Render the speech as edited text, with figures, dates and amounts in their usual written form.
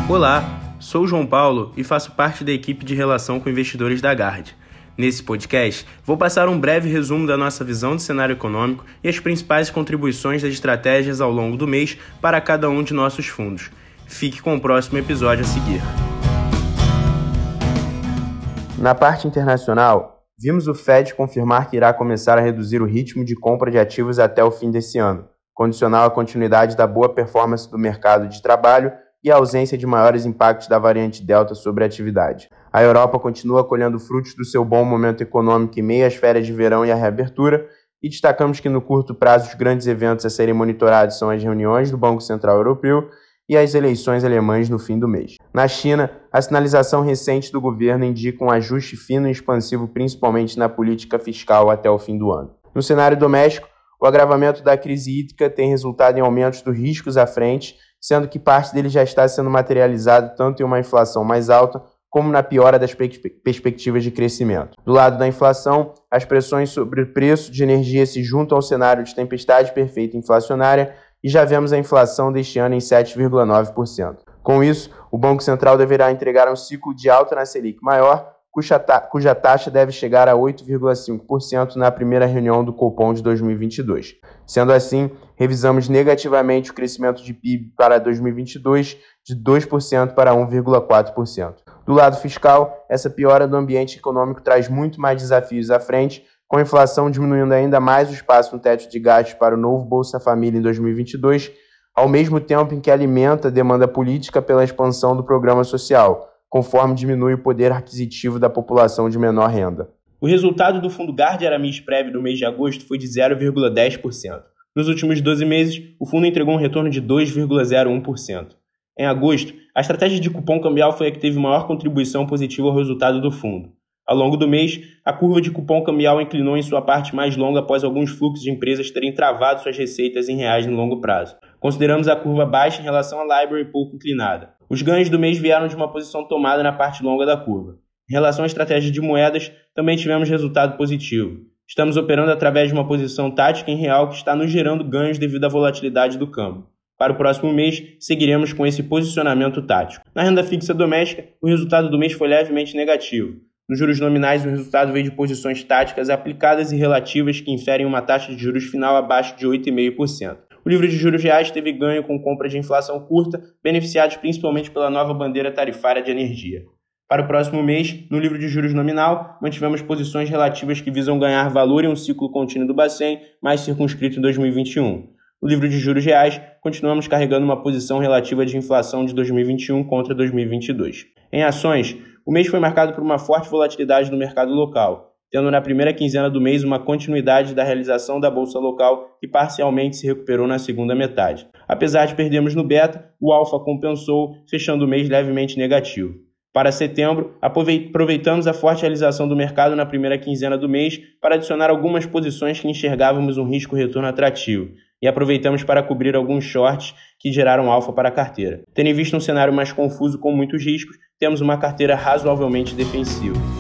Olá, sou o João Paulo e faço parte da equipe de relação com investidores da Gard. Nesse podcast, vou passar um breve resumo da nossa visão de cenário econômico e as principais contribuições das estratégias ao longo do mês para cada um de nossos fundos. Fique com o próximo episódio a seguir. Na parte internacional, vimos o Fed confirmar que irá começar a reduzir o ritmo de compra de ativos até o fim desse ano, condicional à continuidade da boa performance do mercado de trabalho e a ausência de maiores impactos da variante Delta sobre a atividade. A Europa continua colhendo frutos do seu bom momento econômico em meio às férias de verão e à reabertura, e destacamos que no curto prazo os grandes eventos a serem monitorados são as reuniões do Banco Central Europeu e as eleições alemãs no fim do mês. Na China, a sinalização recente do governo indica um ajuste fino e expansivo principalmente na política fiscal até o fim do ano. No cenário doméstico, o agravamento da crise hídrica tem resultado em aumentos dos riscos à frente, sendo que parte dele já está sendo materializado tanto em uma inflação mais alta como na piora das perspectivas de crescimento. Do lado da inflação, as pressões sobre o preço de energia se juntam ao cenário de tempestade perfeita inflacionária e já vemos a inflação deste ano em 7,9%. Com isso, o Banco Central deverá entregar um ciclo de alta na Selic maior, cuja taxa deve chegar a 8,5% na primeira reunião do Copom de 2022. Sendo assim, revisamos negativamente o crescimento de PIB para 2022 de 2% para 1,4%. Do lado fiscal, essa piora do ambiente econômico traz muito mais desafios à frente, com a inflação diminuindo ainda mais o espaço no teto de gastos para o novo Bolsa Família em 2022, ao mesmo tempo em que alimenta a demanda política pela expansão do programa social, conforme diminui o poder aquisitivo da população de menor renda. O resultado do fundo Gard Aramis Prev no mês de agosto foi de 0,10%. Nos últimos 12 meses, o fundo entregou um retorno de 2,01%. Em agosto, a estratégia de cupom cambial foi a que teve maior contribuição positiva ao resultado do fundo. Ao longo do mês, a curva de cupom cambial inclinou em sua parte mais longa após alguns fluxos de empresas terem travado suas receitas em reais no longo prazo. Consideramos a curva baixa em relação à Libor e pouco inclinada. Os ganhos do mês vieram de uma posição tomada na parte longa da curva. Em relação à estratégia de moedas, também tivemos resultado positivo. Estamos operando através de uma posição tática em real que está nos gerando ganhos devido à volatilidade do câmbio. Para o próximo mês, seguiremos com esse posicionamento tático. Na renda fixa doméstica, o resultado do mês foi levemente negativo. Nos juros nominais, o resultado veio de posições táticas aplicadas e relativas que inferem uma taxa de juros final abaixo de 8,5%. O livro de juros reais teve ganho com compra de inflação curta, beneficiados principalmente pela nova bandeira tarifária de energia. Para o próximo mês, no livro de juros nominal, mantivemos posições relativas que visam ganhar valor em um ciclo contínuo do Bacen, mais circunscrito em 2021. No livro de juros reais, continuamos carregando uma posição relativa de inflação de 2021 contra 2022. Em ações, o mês foi marcado por uma forte volatilidade no mercado local, tendo na primeira quinzena do mês uma continuidade da realização da bolsa local que parcialmente se recuperou na segunda metade. Apesar de perdermos no beta, o alfa compensou, fechando o mês levemente negativo. Para setembro, aproveitamos a forte realização do mercado na primeira quinzena do mês para adicionar algumas posições que enxergávamos um risco-retorno atrativo e aproveitamos para cobrir alguns shorts que geraram alfa para a carteira. Tendo em vista um cenário mais confuso com muitos riscos, temos uma carteira razoavelmente defensiva.